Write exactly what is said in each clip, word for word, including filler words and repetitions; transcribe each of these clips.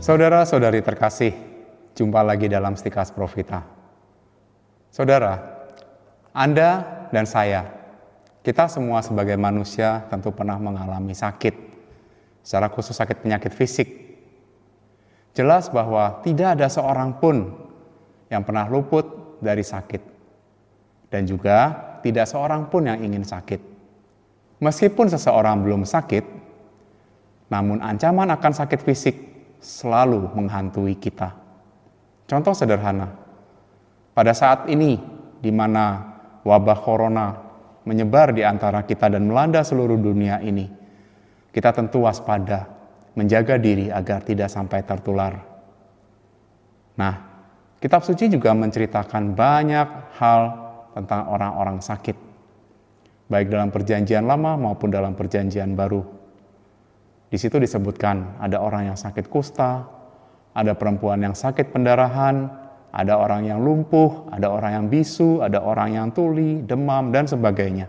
Saudara-saudari terkasih, jumpa lagi dalam Stikas Profita. Saudara, Anda dan saya, kita semua sebagai manusia tentu pernah mengalami sakit, secara khusus sakit penyakit fisik. Jelas bahwa tidak ada seorang pun yang pernah luput dari sakit, dan juga tidak seorang pun yang ingin sakit. Meskipun seseorang belum sakit, namun ancaman akan sakit fisik selalu menghantui kita. Contoh sederhana, pada saat ini di mana wabah corona menyebar di antara kita dan melanda seluruh dunia ini, kita tentu waspada, menjaga diri agar tidak sampai tertular. Nah, kitab suci juga menceritakan banyak hal tentang orang-orang sakit, baik dalam perjanjian lama maupun dalam perjanjian baru. Di situ disebutkan ada orang yang sakit kusta, ada perempuan yang sakit pendarahan, ada orang yang lumpuh, ada orang yang bisu, ada orang yang tuli, demam, dan sebagainya.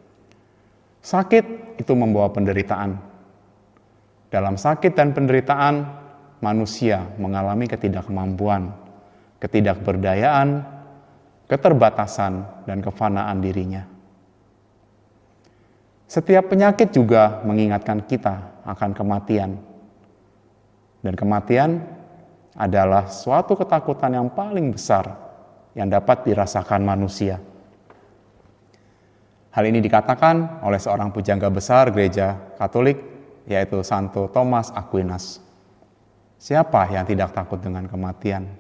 Sakit itu membawa penderitaan. Dalam sakit dan penderitaan, manusia mengalami ketidakmampuan, ketidakberdayaan, keterbatasan, dan kefanaan dirinya. Setiap penyakit juga mengingatkan kita akan kematian. Dan kematian adalah suatu ketakutan yang paling besar yang dapat dirasakan manusia. Hal ini dikatakan oleh seorang pujangga besar gereja Katolik, yaitu Santo Thomas Aquinas. Siapa yang tidak takut dengan kematian?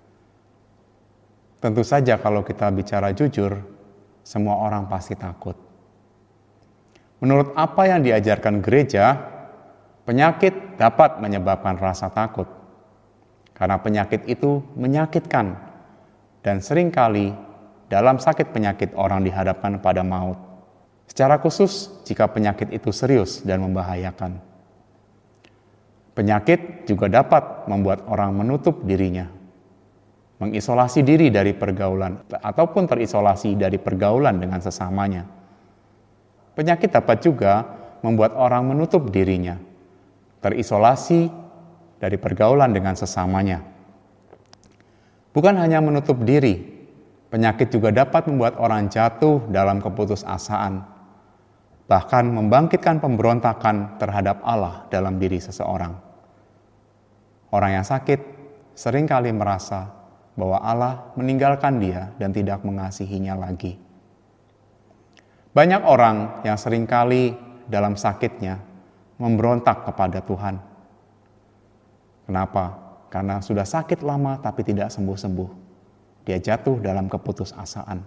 Tentu saja kalau kita bicara jujur, semua orang pasti takut. Menurut apa yang diajarkan gereja, penyakit dapat menyebabkan rasa takut. Karena penyakit itu menyakitkan. Dan seringkali dalam sakit penyakit orang dihadapkan pada maut. Secara khusus jika penyakit itu serius dan membahayakan. Penyakit juga dapat membuat orang menutup dirinya. Mengisolasi diri dari pergaulan ataupun terisolasi dari pergaulan dengan sesamanya. Penyakit dapat juga membuat orang menutup dirinya, terisolasi dari pergaulan dengan sesamanya. Bukan hanya menutup diri, penyakit juga dapat membuat orang jatuh dalam keputusasaan, bahkan membangkitkan pemberontakan terhadap Allah dalam diri seseorang. Orang yang sakit seringkali merasa bahwa Allah meninggalkan dia dan tidak mengasihinya lagi. Banyak orang yang seringkali dalam sakitnya memberontak kepada Tuhan. Kenapa? Karena sudah sakit lama tapi tidak sembuh-sembuh. Dia jatuh dalam keputusasaan.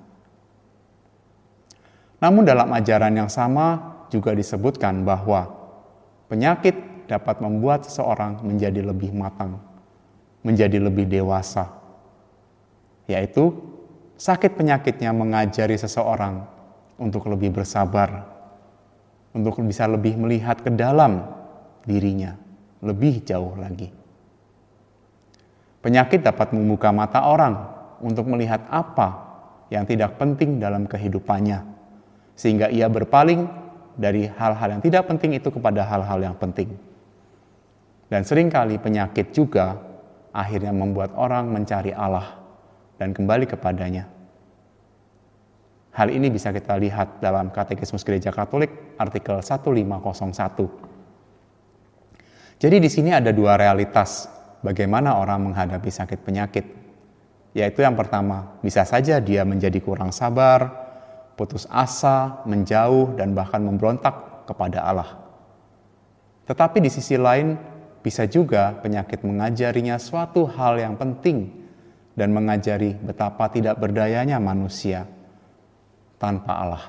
Namun dalam ajaran yang sama juga disebutkan bahwa penyakit dapat membuat seseorang menjadi lebih matang, menjadi lebih dewasa. Yaitu sakit penyakitnya mengajari seseorang untuk lebih bersabar, untuk bisa lebih melihat ke dalam dirinya, lebih jauh lagi. Penyakit dapat membuka mata orang untuk melihat apa yang tidak penting dalam kehidupannya, sehingga ia berpaling dari hal-hal yang tidak penting itu kepada hal-hal yang penting. Dan seringkali penyakit juga akhirnya membuat orang mencari Allah dan kembali kepadanya. Hal ini bisa kita lihat dalam Katekismus Gereja Katolik artikel seribu lima ratus satu. Jadi di sini ada dua realitas bagaimana orang menghadapi sakit penyakit. Yaitu yang pertama, bisa saja dia menjadi kurang sabar, putus asa, menjauh, dan bahkan memberontak kepada Allah. Tetapi di sisi lain, bisa juga penyakit mengajarinya suatu hal yang penting dan mengajari betapa tidak berdayanya manusia tanpa Allah.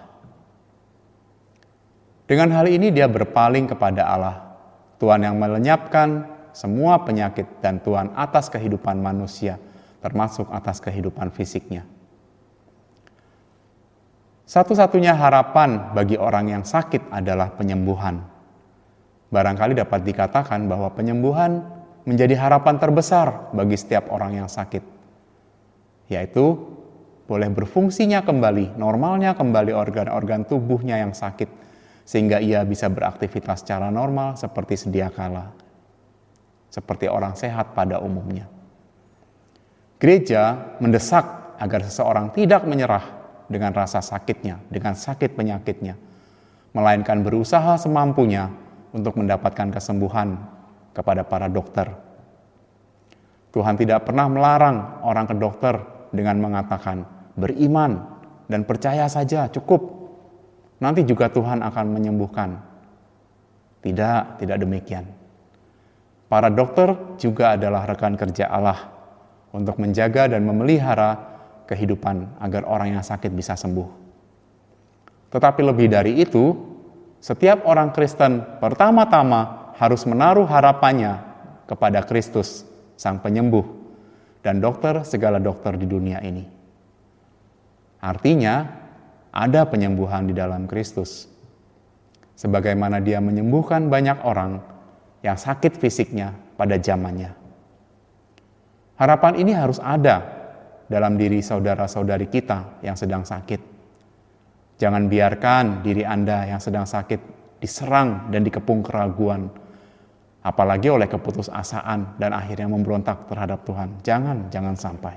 Dengan hal ini dia berpaling kepada Allah, Tuhan yang melenyapkan semua penyakit dan Tuhan atas kehidupan manusia, termasuk atas kehidupan fisiknya. Satu-satunya harapan bagi orang yang sakit adalah penyembuhan. Barangkali dapat dikatakan bahwa penyembuhan menjadi harapan terbesar bagi setiap orang yang sakit, yaitu boleh berfungsinya kembali, normalnya kembali organ-organ tubuhnya yang sakit, sehingga ia bisa beraktivitas secara normal seperti sedia kala. seperti orang sehat pada umumnya. Gereja mendesak agar seseorang tidak menyerah dengan rasa sakitnya, dengan sakit penyakitnya, melainkan berusaha semampunya untuk mendapatkan kesembuhan kepada para dokter. Tuhan tidak pernah melarang orang ke dokter dengan mengatakan, beriman dan percaya saja, cukup. Nanti juga Tuhan akan menyembuhkan. Tidak, tidak demikian. Para dokter juga adalah rekan kerja Allah untuk menjaga dan memelihara kehidupan agar orang yang sakit bisa sembuh. Tetapi lebih dari itu, setiap orang Kristen pertama-tama harus menaruh harapannya kepada Kristus, Sang Penyembuh, dan dokter segala dokter di dunia ini. Artinya, ada penyembuhan di dalam Kristus. Sebagaimana Dia menyembuhkan banyak orang yang sakit fisiknya pada zamannya. Harapan ini harus ada dalam diri saudara-saudari kita yang sedang sakit. Jangan biarkan diri Anda yang sedang sakit diserang dan dikepung keraguan, apalagi oleh keputusasaan dan akhirnya memberontak terhadap Tuhan. Jangan, jangan sampai.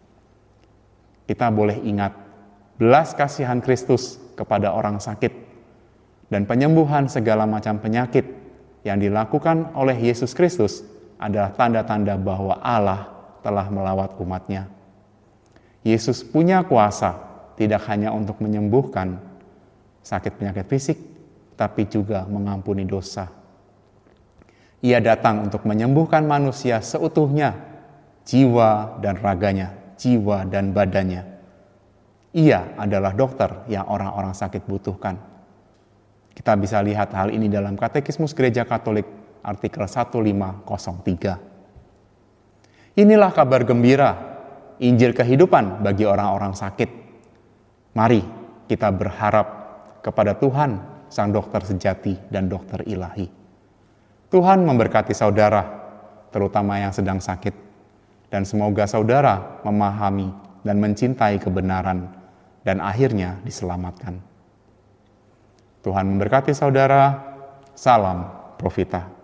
Kita boleh ingat belas kasihan Kristus kepada orang sakit dan penyembuhan segala macam penyakit yang dilakukan oleh Yesus Kristus adalah tanda-tanda bahwa Allah telah melawat umatnya. Yesus punya kuasa tidak hanya untuk menyembuhkan sakit penyakit fisik, tapi juga mengampuni dosa. Ia datang untuk menyembuhkan manusia seutuhnya, jiwa dan raganya, jiwa dan badannya. Ia adalah dokter yang orang-orang sakit butuhkan. Kita bisa lihat hal ini dalam Katekismus Gereja Katolik artikel seribu lima ratus tiga. Inilah kabar gembira, Injil kehidupan bagi orang-orang sakit. Mari kita berharap kepada Tuhan, Sang Dokter sejati dan Dokter ilahi. Tuhan memberkati saudara, terutama yang sedang sakit, dan semoga saudara memahami dan mencintai kebenaran, dan akhirnya diselamatkan. Tuhan memberkati saudara. Salam Profita.